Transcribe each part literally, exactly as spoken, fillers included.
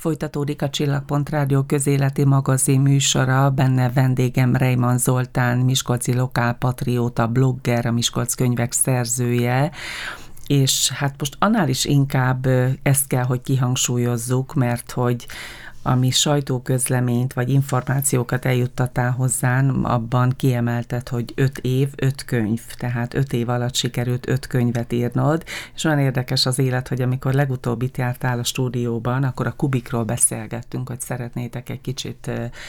Folytatódik a Csillagpont Rádió közéleti magazin műsora, benne vendégem Reimann Zoltán, miskolci lokálpatrióta, blogger, a Miskolc könyvek szerzője, és hát most annál is inkább ezt kell, hogy kihangsúlyozzuk, mert hogy ami sajtóközleményt vagy információkat eljuttattál hozzám, abban kiemelted, hogy öt év, öt könyv, tehát öt év alatt sikerült öt könyvet írnod, és olyan érdekes az élet, hogy amikor legutóbb itt jártál a stúdióban, akkor a Kubikról beszélgettünk, hogy szeretnétek egy kicsit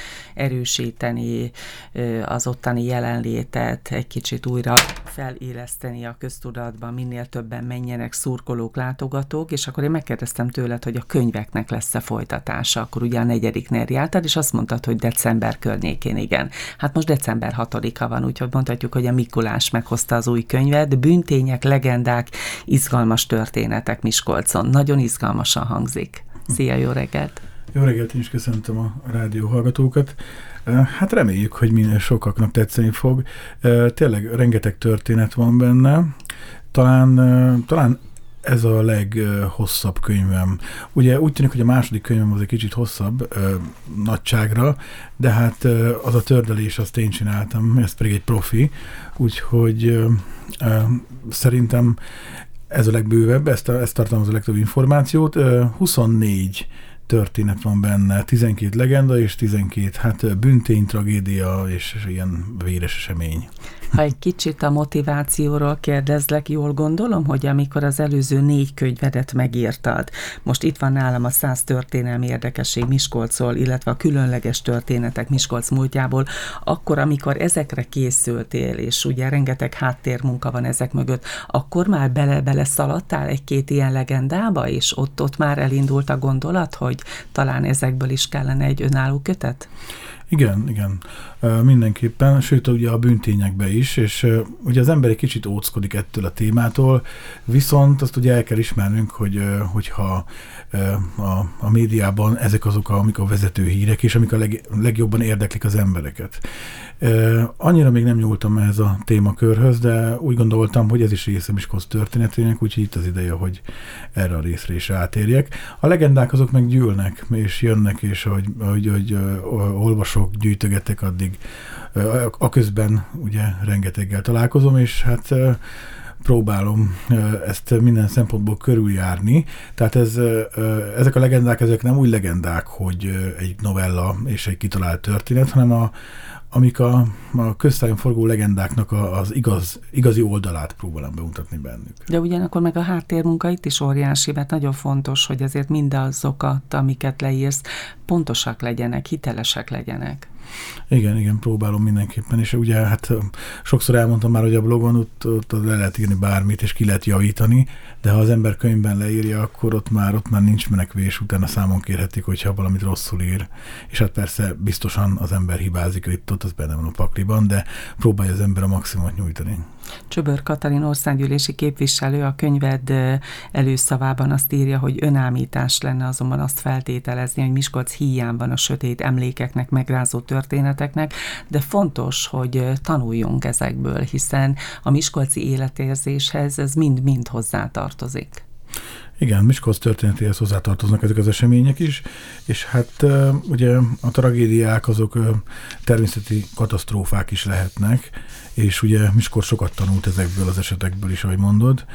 erősíteni az ottani jelenlétet, egy kicsit újra feléleszteni a köztudatban, minél többen menjenek szurkolók, látogatók, és akkor én megkérdeztem tőled, hogy a könyveknek lesz-e folytatása, akkor ugye a negyediknél jártad, és azt mondtad, hogy december környékén, igen. Hát most december hatodika van, úgyhogy mondhatjuk, hogy a Mikulás meghozta az új könyvet, Bűntények, legendák, izgalmas történetek Miskolcon. Nagyon izgalmasan hangzik. Szia, jó reggelt! Jó reggelt, én is köszöntöm a rádió hallgatókat. Hát reméljük, hogy minél sokaknak tetszeni fog. Tényleg rengeteg történet van benne. Talán, talán ez a leghosszabb könyvem. Ugye úgy tűnik, hogy a második könyvem az egy kicsit hosszabb ö, nagyságra, de hát ö, az a tördelés, azt én csináltam, ez pedig egy profi, úgyhogy ö, ö, szerintem ez a legbővebb, ezt, a, ezt tartalmaz a legtöbb információt. Ö, huszonnégy történet van benne, tizenkét legenda és tizenkét hát bűntény, tragédia és, és ilyen véres esemény. Ha egy kicsit a motivációról kérdezlek, jól gondolom, hogy amikor az előző négy könyvedet megírtad, most itt van nálam a száz történelmi érdekesség Miskolcról, illetve a különleges történetek Miskolc múltjából, akkor, amikor ezekre készültél, és ugye rengeteg háttérmunka van ezek mögött, akkor már bele-bele szaladtál egy-két ilyen legendába, és ott, ott már elindult a gondolat, hogy talán ezekből is kellene egy önálló kötet? Igen, igen, mindenképpen, sőt ugye a bűntényekbe is, és ugye az ember egy kicsit óckodik ettől a témától, viszont azt ugye el kell ismernünk, hogy hogyha a, a médiában ezek azok, amik a vezető hírek, és amik a leg, legjobban érdeklik az embereket. Annyira még nem nyúltam ehhez a témakörhöz, de úgy gondoltam, hogy ez is része Miskolc történetének, úgyhogy itt az ideje, hogy erre a részre is rátérjek. A legendák azok meg gyűlnek, és jönnek, és ahogy, ahogy, ahogy olvasok, gyűjtögetek, addig a közben ugye rengeteggel találkozom, és hát próbálom ezt minden szempontból körüljárni. Tehát ez, ezek a legendák, ezek nem úgy legendák, hogy egy novella és egy kitalált történet, hanem a amik a, a köztájon forgó legendáknak a, az igaz, igazi oldalát próbálom bemutatni bennük. De ugyanakkor meg a háttérmunka itt is óriási, mert nagyon fontos, hogy azért mindazokat, amiket leírsz, pontosak legyenek, hitelesek legyenek. Igen, igen, próbálom mindenképpen, és ugye hát sokszor elmondtam már, hogy a blogon ott, ott le lehet írni bármit, és ki lehet javítani, de ha az ember könyvben leírja, akkor ott már, ott már nincs menekvés, utána számon kérhetik, hogyha valamit rosszul ír. És hát persze biztosan az ember hibázik itt-ott, az benne van a pakliban, de próbálja az ember a maximumot nyújtani. Csöbör Katalin országgyűlési képviselő a könyved előszavában azt írja, hogy önállítás lenne azonban azt feltételezni, hogy Miskolc híján van a sötét emlékeknek, megrázó történeteknek, de fontos, hogy tanuljunk ezekből, hiszen a miskolci életérzéshez ez mind-mind hozzátartozik. Igen, Miskolc történetéhez hozzátartoznak ezek az események is, és hát ugye a tragédiák azok természeti katasztrófák is lehetnek, és ugye Miskolc sokat tanult ezekből az esetekből is, ahogy mondod,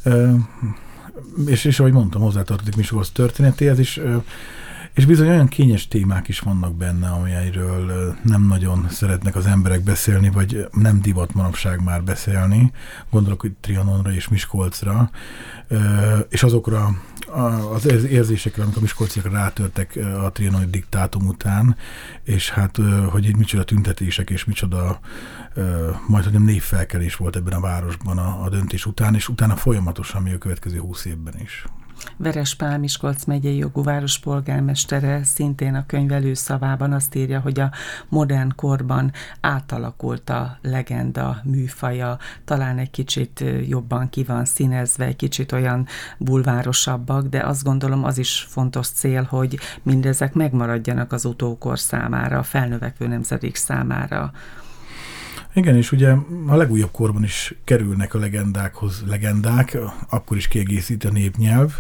és, és ahogy mondtam, hozzátartozik Miskolc történetéhez is, és bizony olyan kényes témák is vannak benne, amelyről nem nagyon szeretnek az emberek beszélni, vagy nem divat manapság már beszélni. Gondolok, hogy Trianonra és Miskolcra, és azokra az érzésekre, amik a miskolciak rátörtek a trianoni diktátum után, és hát, hogy itt micsoda tüntetések, és micsoda majd, hogy nem névfelkelés volt ebben a városban a, a döntés után, és utána folyamatosan még a következő húsz évben is. Veres Pál, Miskolc megyei jogú várospolgármestere szintén a könyv előszavában azt írja, hogy a modern korban átalakult a legenda műfaja, talán egy kicsit jobban ki van színezve, egy kicsit olyan bulvárosabbak, de azt gondolom az is fontos cél, hogy mindezek megmaradjanak az utókor számára, a felnövekvő nemzedék számára. Igen, és ugye a legújabb korban is kerülnek a legendákhoz legendák, akkor is kiegészít a népnyelv,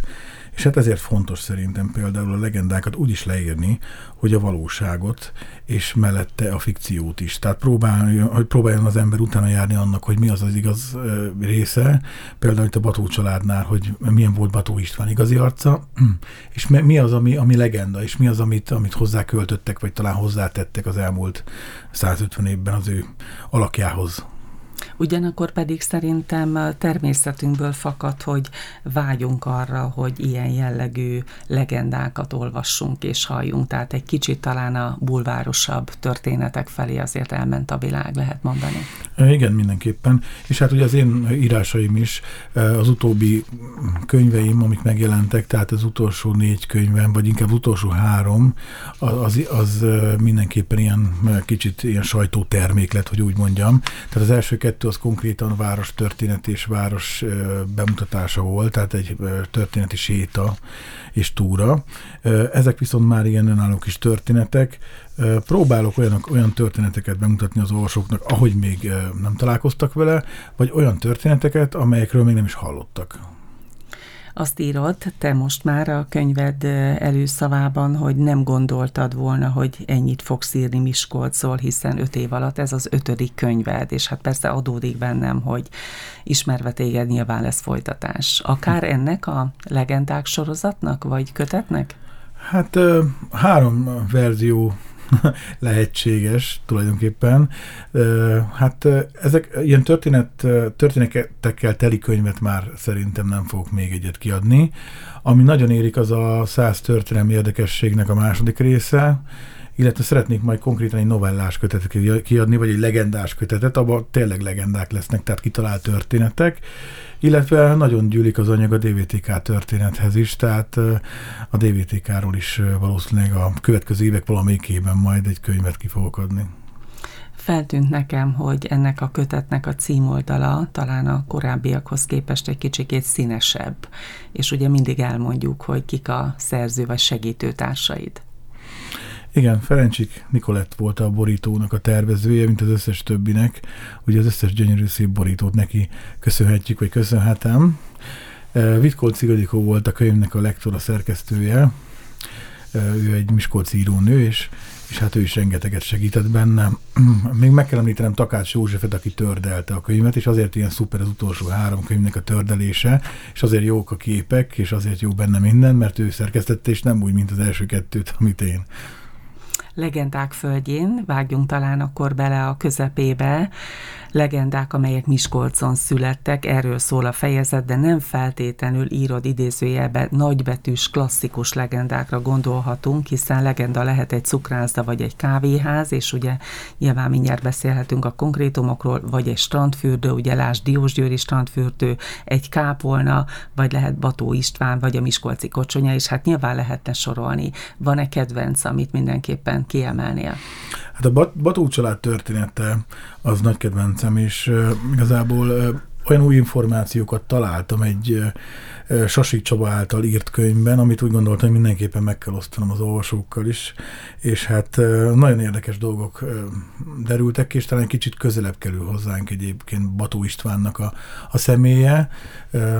És hát ezért fontos szerintem például a legendákat úgy is leírni, hogy a valóságot, és mellette a fikciót is. Tehát próbáljon, hogy próbáljon az ember utána járni annak, hogy mi az az igaz része, például itt a Bató családnál, hogy milyen volt Bató István igazi arca, és mi az, ami, ami legenda, és mi az, amit, amit hozzá-költöttek, vagy talán hozzátettek az elmúlt százötven évben az ő alakjához. Ugyanakkor pedig szerintem a természetünkből fakad, hogy vágyunk arra, hogy ilyen jellegű legendákat olvassunk és halljunk. Tehát egy kicsit talán a bulvárosabb történetek felé azért elment a világ, lehet mondani. Igen, mindenképpen. És hát ugye az én írásaim is, az utóbbi könyveim, amik megjelentek, tehát az utolsó négy könyvem, vagy inkább az utolsó három, az, az mindenképpen ilyen kicsit ilyen sajtótermék lett, hogy úgy mondjam. Tehát az első kettő az konkrétan város történet és város bemutatása volt, tehát egy történeti séta és túra. Ezek viszont már ilyen önálló kis történetek. Próbálok olyan, olyan történeteket bemutatni az olvasóknak, ahogy még nem találkoztak vele, vagy olyan történeteket, amelyekről még nem is hallottak. Azt írod, te most már a könyved előszavában, hogy nem gondoltad volna, hogy ennyit fogsz írni Miskolcról, hiszen öt év alatt ez az ötödik könyved, és hát persze adódik bennem, hogy ismerve téged nyilván lesz folytatás. Akár ennek a legendák sorozatnak, vagy kötetnek? Hát három verzió lehetséges tulajdonképpen. Hát ezek ilyen történet, történetekkel teli könyvet már szerintem nem fogok még egyet kiadni. Ami nagyon érik, az a száz történelmi érdekességnek a második része, illetve szeretnék majd konkrétan egy novellás kötetet kiadni, vagy egy legendás kötetet, abban tényleg legendák lesznek, tehát kitalált történetek, illetve nagyon gyűlik az anyag a dé vé té ká történethez is, tehát a dé vé té ká-ról is valószínűleg a következő évek valamelyikében majd egy könyvet ki fogok adni. Feltűnt nekem, hogy ennek a kötetnek a címoldala talán a korábbiakhoz képest egy kicsikét színesebb, és ugye mindig elmondjuk, hogy kik a szerző vagy segítőtársaid. Igen, Ferencsik Nikolett volt a borítónak a tervezője, mint az összes többinek. Ugye az összes gyönyörű szép borítót neki köszönhetjük, vagy köszönhetem. Vitkolcz Ildikó volt a könyvnek a lektor, a szerkesztője. Ő egy miskolci írónő, és, és hát ő is rengeteget segített benne. Még meg kell említenem Takács Józsefet, aki tördelte a könyvet, és azért ilyen szuper az utolsó három könyvnek a tördelése, és azért jók a képek, és azért jó benne minden, mert ő szerkesztette, és nem úgy, mint az első kettőt, amit én. Legendák földjén, vágjunk talán akkor bele a közepébe, legendák, amelyek Miskolcon születtek, erről szól a fejezet, de nem feltétlenül írod idézőjelben nagybetűs, klasszikus legendákra gondolhatunk, hiszen legenda lehet egy cukrászda vagy egy kávéház, és ugye nyilván mindjárt beszélhetünk a konkrétumokról, vagy egy strandfürdő, ugye lásd Diósgyőri strandfürdő, egy kápolna, vagy lehet Bató István, vagy a miskolci kocsonya, és hát nyilván lehetne sorolni. Van-e kedvenc, amit mindenképpen kiemelnél? Hát a Bató család története az nagy kedvencem, és uh, igazából uh, olyan új információkat találtam egy uh, Sasik Csaba által írt könyvben, amit úgy gondoltam, hogy mindenképpen meg kell osztanom az olvasókkal is, és hát uh, nagyon érdekes dolgok uh, derültek ki, és talán egy kicsit közelebb kerül hozzánk egyébként Bató Istvánnak a, a személye, uh,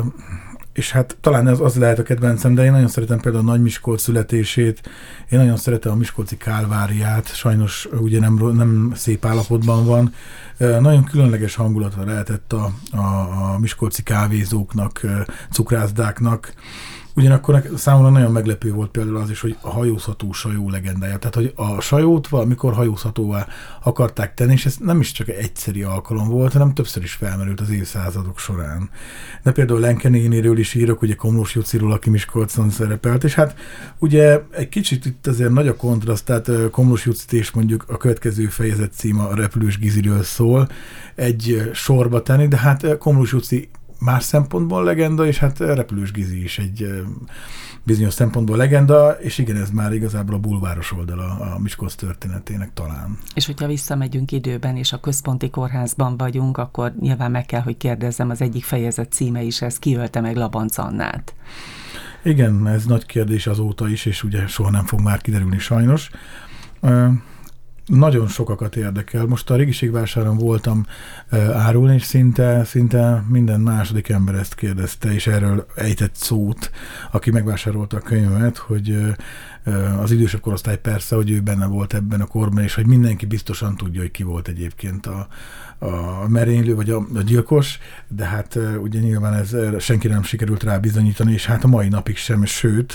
és hát talán ez az lehet a kedvencem, de én nagyon szeretem például a Nagy Miskolc születését, én nagyon szeretem a miskolci Kálváriát, sajnos ugye nem, nem szép állapotban van. Nagyon különleges hangulata lehetett a, a, a miskolci kávézóknak, cukrászdáknak. Ugyanakkor számomra nagyon meglepő volt például az is, hogy a hajózható sajó legendája. Tehát, hogy a sajót valamikor hajózhatóvá akarták tenni, és ez nem is csak egy egyszeri alkalom volt, hanem többször is felmerült az évszázadok során. De például Lenke néniről is írok, ugye Komlós Juciról, aki Miskolcon szerepelt, és hát ugye egy kicsit itt azért nagy a kontraszt, tehát Komlós Jucit és mondjuk a következő fejezet címe a Repülős Giziről szól, egy sorba tenni, de hát Komlós Juci más szempontból legenda, és hát Repülős Gizi is egy bizonyos szempontból legenda, és igen, ez már igazából a bulváros oldala a Miskolc történetének talán. És hogyha visszamegyünk időben, és a központi kórházban vagyunk, akkor nyilván meg kell, hogy kérdezzem, az egyik fejezet címe is, ez kiölte meg Labanc Annát. Igen, ez nagy kérdés azóta is, és ugye soha nem fog már kiderülni sajnos. nagyon sokakat érdekel. Most a Régiségvásáron voltam árulni, és szinte, szinte minden második ember ezt kérdezte, és erről ejtett szót, aki megvásárolta a könyvemet, hogy az idősebb korosztály persze, hogy ő benne volt ebben a korban, és hogy mindenki biztosan tudja, hogy ki volt egyébként a, a merénylő, vagy a, a gyilkos, de hát ugye nyilván ez senki nem sikerült rá bizonyítani, és hát a mai napig sem, sőt,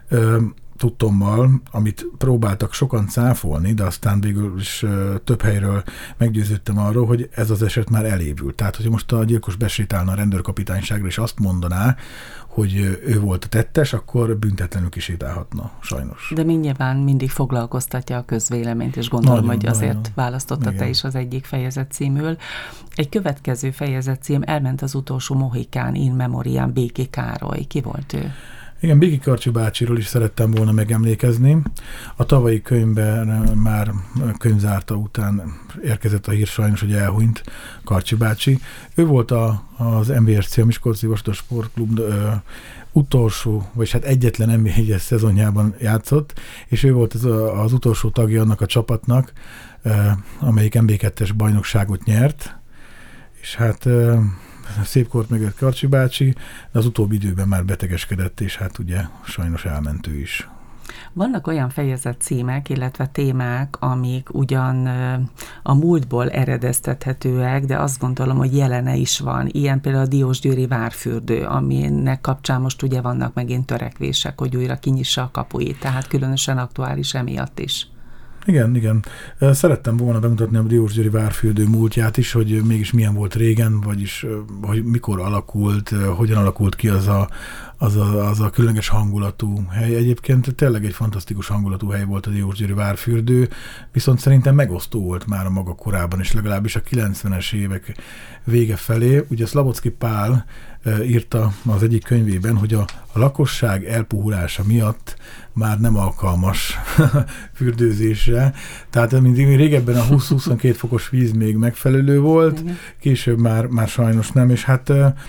tudtommal, amit próbáltak sokan cáfolni, de aztán végül is uh, több helyről meggyőződtem arról, hogy ez az eset már elévült. Tehát, hogyha most a gyilkos besétálna a rendőrkapitányságra, és azt mondaná, hogy ő volt a tettes, akkor büntetlenül kisétálhatna, sajnos. De még nyilván mindig foglalkoztatja a közvéleményt, és gondolom, nagyon, hogy azért nagyon. Választotta Igen. te is az egyik fejezet címül. Egy következő fejezet cím Elment az utolsó mohikán, in memoriam, Béki Károly. Ki volt ő? Igen, Béki Karcsi bácsiról is szerettem volna megemlékezni. A tavalyi könyvben már könyvzárta után érkezett a hír sajnos, hogy elhunyt Karcsi bácsi. Ő volt a, az em vé es cé, a Miskolci Vasas Sportklub ö, utolsó, vagy hát egyetlen em vé egyes szezonjában játszott, és ő volt az, az utolsó tagja annak a csapatnak, ö, amelyik em bé kettes bajnokságot nyert, és hát ö, szép kort mögött Karcsi bácsi, de az utóbbi időben már betegeskedett, és hát ugye sajnos elment ő is. Vannak olyan fejezet címek, illetve témák, amik ugyan a múltból eredeztethetőek, de azt gondolom, hogy jelene is van. Ilyen például a diósgyőri várfürdő, aminek kapcsán most ugye vannak megint törekvések, hogy újra kinyissa a kapuit, tehát különösen aktuális emiatt is. Igen, igen. Szerettem volna bemutatni a diósgyőri várfürdő múltját is, hogy mégis milyen volt régen, vagyis hogy mikor alakult, hogyan alakult ki az a, az a, az a különleges hangulatú hely. Egyébként tényleg egy fantasztikus hangulatú hely volt a diósgyőri várfürdő, viszont szerintem megosztó volt már a maga korában, és legalábbis a kilencvenes évek vége felé. Ugye Szlabocki Pál írta az egyik könyvében, hogy a, a lakosság elpuhulása miatt már nem alkalmas fürdőzésre. Tehát mint régebben a húsz-huszonkettő fokos víz még megfelelő volt, igen. Később már, már sajnos nem, és hát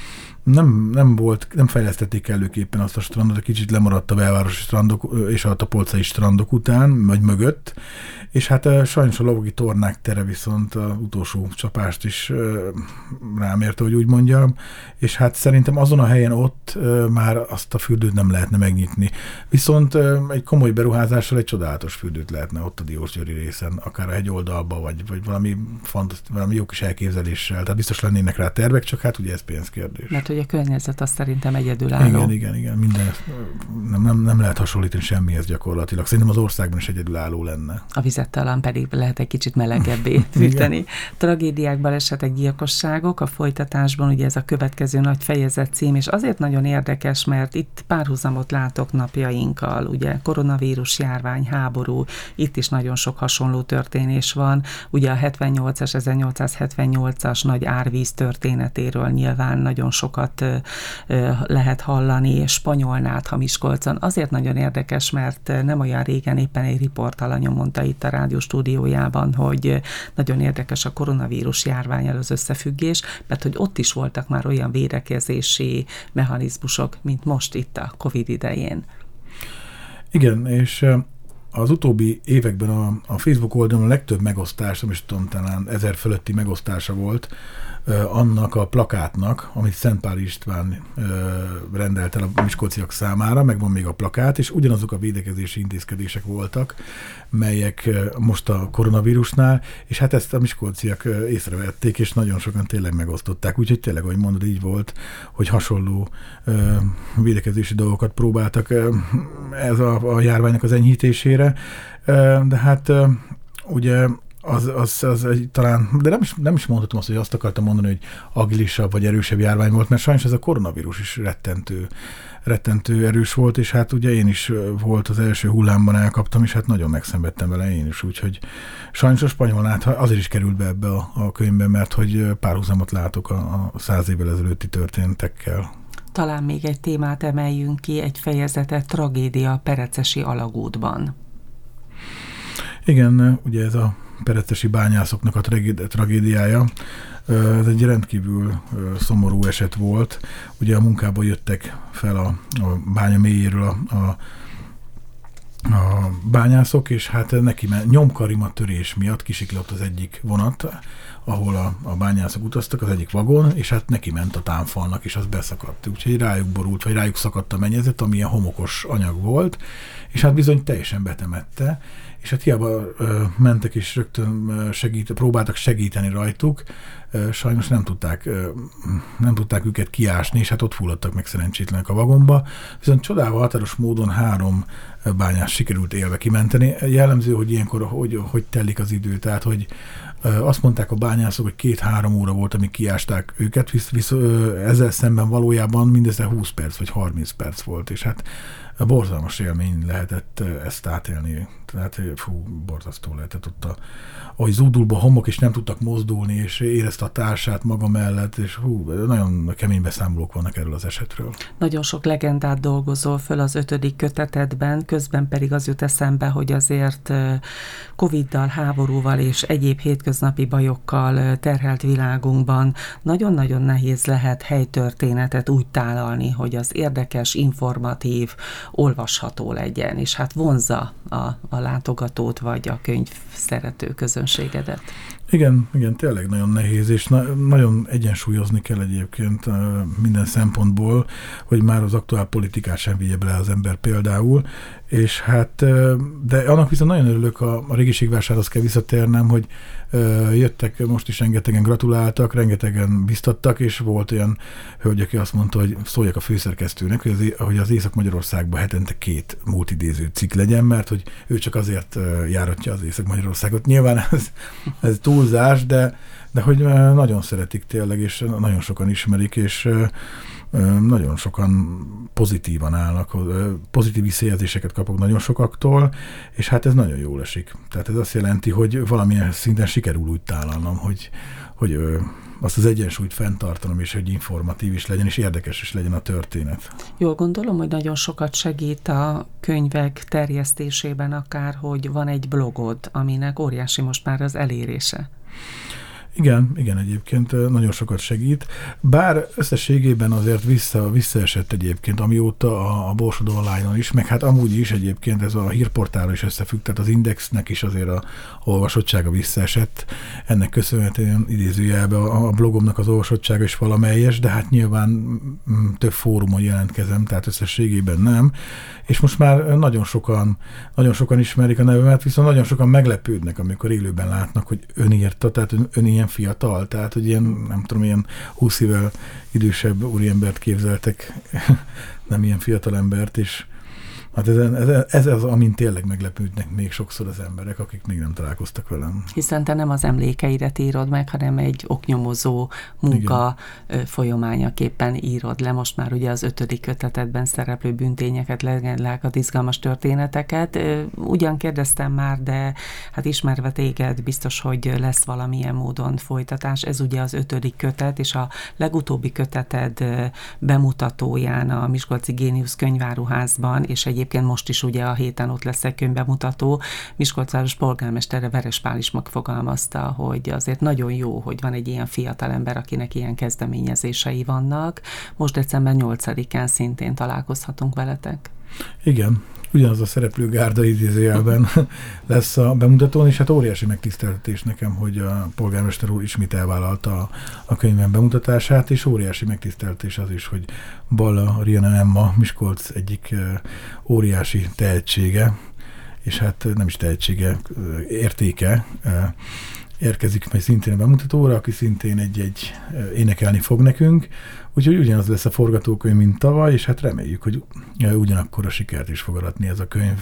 nem, nem volt, nem fejlesztették előképpen azt a strandot, kicsit lemaradt a belvárosi strandok és a tapolcai strandok után, vagy mögött, és hát sajnos a lovagi tornák tere viszont az utolsó csapást is rámérte, hogy úgy mondjam, és hát szerintem azon a helyen ott már azt a fürdőt nem lehetne megnyitni. Viszont egy komoly beruházással egy csodálatos fürdőt lehetne ott a diósgyőri részen, akár a hegyoldalba, vagy, vagy valami, fantaszt, valami jó kis elképzeléssel. Tehát biztos lennének rá tervek, csak hát ugye ez pénzkérdés. Mert hogy a környezet az szerintem egyedülálló. Igen, igen, igen. Minden, nem, nem, nem lehet hasonlítani semmihez gyakorlatilag. Szerintem az országban is egyedülálló lenne. A vizet talán pedig lehet egy kicsit melegebbé fűteni. Tragédiák, balesetek, gyilkosságok, a folytatásban ugye ez a következő nagy fejezet cím, és azért nagyon érdekes, mert itt párhuzamot látok napjainkkal, ugye koronavírus járvány, háború, itt is nagyon sok hasonló történés van, ugye a hetvennyolcas, ezernyolcszázhetvennyolcas nagy árvíz történetéről nyilván nagyon sokat ö, ö, lehet hallani, Spanyolnátha Miskolcon. Azért nagyon érdekes, mert nem olyan régen éppen egy riportalanyon mondta itt a rádió stúdiójában, hogy nagyon érdekes a koronavírus járvánnyal az összefüggés, mert hogy ott is voltak már olyan védekezési mechanizmusok, mint most itt a Covid idején. Igen, és az utóbbi években a, a Facebook oldalon a legtöbb megosztás, nem is tudom, talán ezer fölötti megosztása volt annak a plakátnak, amit Szentpáli István rendelt el a miskolciak számára, meg van még a plakát, és ugyanazok a védekezési intézkedések voltak, melyek most a koronavírusnál, és hát ezt a miskolciak észrevették, és nagyon sokan tényleg megosztották. Úgyhogy tényleg, ahogy mondod, így volt, hogy hasonló védekezési dolgokat próbáltak ez a, a járványnak az enyhítésére, de hát ugye Az, az, az egy, talán, de nem is, nem is mondhatom azt, hogy azt akartam mondani, hogy agilisabb vagy erősebb járvány volt, mert sajnos ez a koronavírus is rettentő, rettentő erős volt, és hát ugye én is volt az első hullámban elkaptam, és hát nagyon megszenvedtem vele én is, úgyhogy sajnos a Spanyolnátha azért is került be ebbe a, a könyvbe, mert hogy párhuzamot látok a, a száz évvel ezelőtti történtekkel. Talán még egy témát emeljünk ki, egy fejezetet, tragédia a Perecesi alagútban. Igen, ugye ez a perecesi bányászoknak a tragédiája. Ez egy rendkívül szomorú eset volt. Ugye a munkából jöttek fel a, a bánya mélyéről a, a a bányászok, és hát neki nyomkarima törés miatt kisiklott az egyik vonat, ahol a, a bányászok utaztak, az egyik vagon, és hát neki ment a támfalnak, és az beszakadt. Úgyhogy rájuk borult, vagy rájuk szakadt a mennyezet, ami ilyen homokos anyag volt, és hát bizony teljesen betemette, és hát hiába ö, mentek és rögtön segít, próbáltak segíteni rajtuk, ö, sajnos nem tudták, ö, nem tudták őket kiásni, és hát ott fulladtak meg szerencsétlenek a vagomba. Viszont csodával határos módon három bányás sikerült élve kimenteni. Jellemző, hogy ilyenkor hogy, hogy telik az idő, tehát hogy ö, azt mondták a bányászok, hogy két-három óra volt, amíg kiásták őket, visz, visz, ö, ezzel szemben valójában mindössze húsz perc vagy harminc perc volt, és hát borzalmas élmény lehetett ezt átélni. Tehát fú, borzasztó lehetett ott, a, ahogy zúdulba homok, és nem tudtak mozdulni, és érezte a társát maga mellett, és hú, nagyon kemény beszámolók vannak erről az esetről. Nagyon sok legendát dolgozol föl az ötödik kötetedben, közben pedig az jut eszembe, hogy azért Coviddal, háborúval és egyéb hétköznapi bajokkal terhelt világunkban nagyon-nagyon nehéz lehet helytörténetet úgy tálalni, hogy az érdekes, informatív, olvasható legyen, és hát vonzza a, a látogatót, vagy a könyv szerető közönségedet. Igen, igen, tényleg nagyon nehéz, és na, nagyon egyensúlyozni kell egyébként uh, minden szempontból, hogy már az aktuál politikát sem vigye bele az ember például, és hát, uh, de annak viszont nagyon örülök, a, a régiségvásárhoz kell visszatérnem, hogy uh, jöttek, most is rengetegen gratuláltak, rengetegen biztattak, és volt olyan hölgy, aki azt mondta, hogy szóljak a főszerkesztőnek, hogy az, hogy az Észak-Magyarországban hetente két multidéző cikk legyen, mert hogy ő csak azért uh, járatja az Észak-Magyarországot. Nyilván ez, ez túlzás, de, de hogy nagyon szeretik tényleg, és nagyon sokan ismerik, és nagyon sokan pozitívan állnak, pozitív visszajelzéseket kapok nagyon sokaktól, és hát ez nagyon jól esik. Tehát ez azt jelenti, hogy valamilyen szinten sikerül úgy tálalnom, hogy, hogy azt az egyensúlyt fenntartanom, és hogy informatív is legyen, és érdekes is legyen a történet. Jól gondolom, hogy nagyon sokat segít a könyvek terjesztésében akár, hogy van egy blogod, aminek óriási most már az elérése. Igen, igen, egyébként nagyon sokat segít, bár összességében azért vissza, visszaesett egyébként, amióta a, a Borsod Online-on is, meg hát amúgy is egyébként ez a hírportálra is összefügg, tehát az Indexnek is azért a, a olvasottsága visszaesett, ennek köszönhetően idézőjelben a, a blogomnak az olvasottsága is valamelyes, de hát nyilván m, több fórumon jelentkezem, tehát összességében nem, és most már nagyon sokan, nagyon sokan ismerik a nevemet, viszont nagyon sokan meglepődnek, amikor élőben látnak, hogy ön írta, tehát ön ilyen fiatal, tehát hogy ilyen, nem tudom, ilyen húsz évvel idősebb úriembert képzeltek, nem ilyen fiatal embert, és hát ez, ez, ez az, amin tényleg meglepődnek még sokszor az emberek, akik még nem találkoztak velem. Hiszen te nem az emlékeidet írod meg, hanem egy oknyomozó munka igen. folyamányaképpen írod le. Most már ugye az ötödik kötetedben szereplő bűntényeket, legendákat, izgalmas történeteket. Ugyan kérdeztem már, de hát ismerve téged, biztos, hogy lesz valamilyen módon folytatás. Ez ugye az ötödik kötet, és a legutóbbi köteted bemutatóján a Miskolci Géniusz könyváruházban, és egy Egyébként most is ugye a héten ott lesz egy könyvbemutató. Miskolc város polgármestere Veres Pál is megfogalmazta, hogy azért nagyon jó, hogy van egy ilyen fiatal ember, akinek ilyen kezdeményezései vannak. Most december nyolcadikán szintén találkozhatunk veletek. Igen, ugyanaz a szereplőgárda idézőjelben lesz a bemutatón, és hát óriási megtiszteltetés nekem, hogy a polgármester úr ismét elvállalta a, a könyvem bemutatását, és óriási megtiszteltetés az is, hogy Balla Riana Emma, Miskolc egyik óriási tehetsége, és hát nem is tehetsége, értéke, érkezik majd szintén a bemutatóra, aki szintén egy-egy énekelni fog nekünk, úgyhogy ugyanaz lesz a forgatókönyv, mint tavaly, és hát reméljük, hogy ugyanakkor a sikert is fog aratni ez a könyv,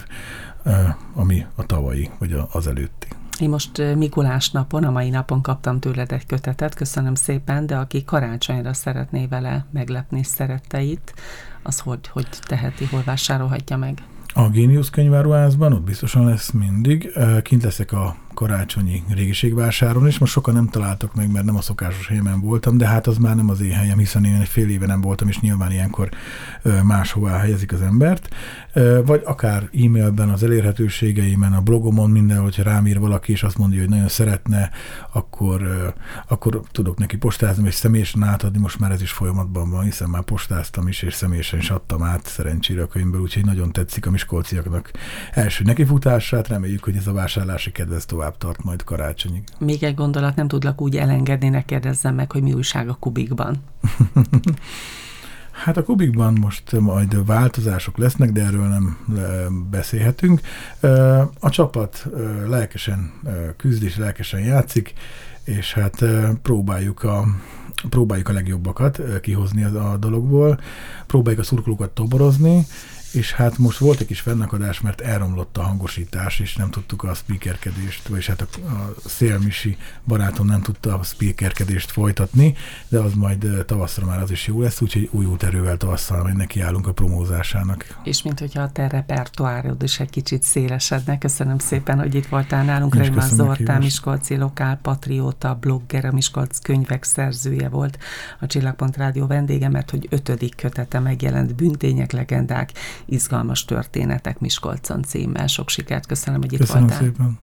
ami a tavalyi, vagy az előtti. Én most Mikulás napon, a mai napon kaptam tőled egy kötetet, köszönöm szépen, de aki karácsonyra szeretné vele meglepni szeretteit, az hogy, hogy teheti, hol vásárolhatja meg? A Géniusz könyváruházban, ott biztosan lesz mindig. Kint leszek a karácsonyi régiségvásáron, és most sokan nem találtak meg, mert nem a szokásos helyemen voltam, de hát az már nem az én helyem, hiszen én egy fél éve nem voltam, és nyilván ilyenkor máshová helyezik az embert. Vagy akár e-mailben, az elérhetőségeimen, a blogomon, minden, hogyha rám ír valaki, és azt mondja, hogy nagyon szeretne, akkor, akkor tudok neki postázni, és személyesen átadni. Most már ez is folyamatban van, hiszen már postáztam is, és személyesen is adtam át szerencsére a könyvből, úgyhogy nagyon tetszik a miskolciaknak első nekifutását. Reméljük, hogy ez a vásárlási kedv tovább tart majd karácsonyig. Még egy gondolat, nem tudlak úgy elengedni, ne kérdezzem meg, hogy mi újság a Kubikban. Hát a Kubikban most majd változások lesznek, de erről nem beszélhetünk. A csapat lelkesen küzd és lelkesen játszik, és hát próbáljuk a, próbáljuk a legjobbakat kihozni a dologból, próbáljuk a szurkolókat toborozni, és hát most volt egy kis fennakadás, mert elromlott a hangosítás, és nem tudtuk a speakerkedést, vagyis hát a, a Szélmisi barátom nem tudta a speakerkedést folytatni, de az majd tavasszra már az is jó lesz, úgyhogy új úterővel tavasszal majd nekiállunk a promózásának. És mint hogyha a te repertoárod is egy kicsit szélesedne. Köszönöm szépen, hogy itt voltál nálunk. Reimann Zoltán, miskolci lokálpatrióta, blogger, a Miskolc könyvek szerzője volt a Csillagpont Rádió vendége, mert hogy ötödik kötete megjelent, Bűntények, legendák, izgalmas történetek Miskolcon címmel. Sok sikert, köszönöm, hogy itt Köszönöm voltál. Szépen.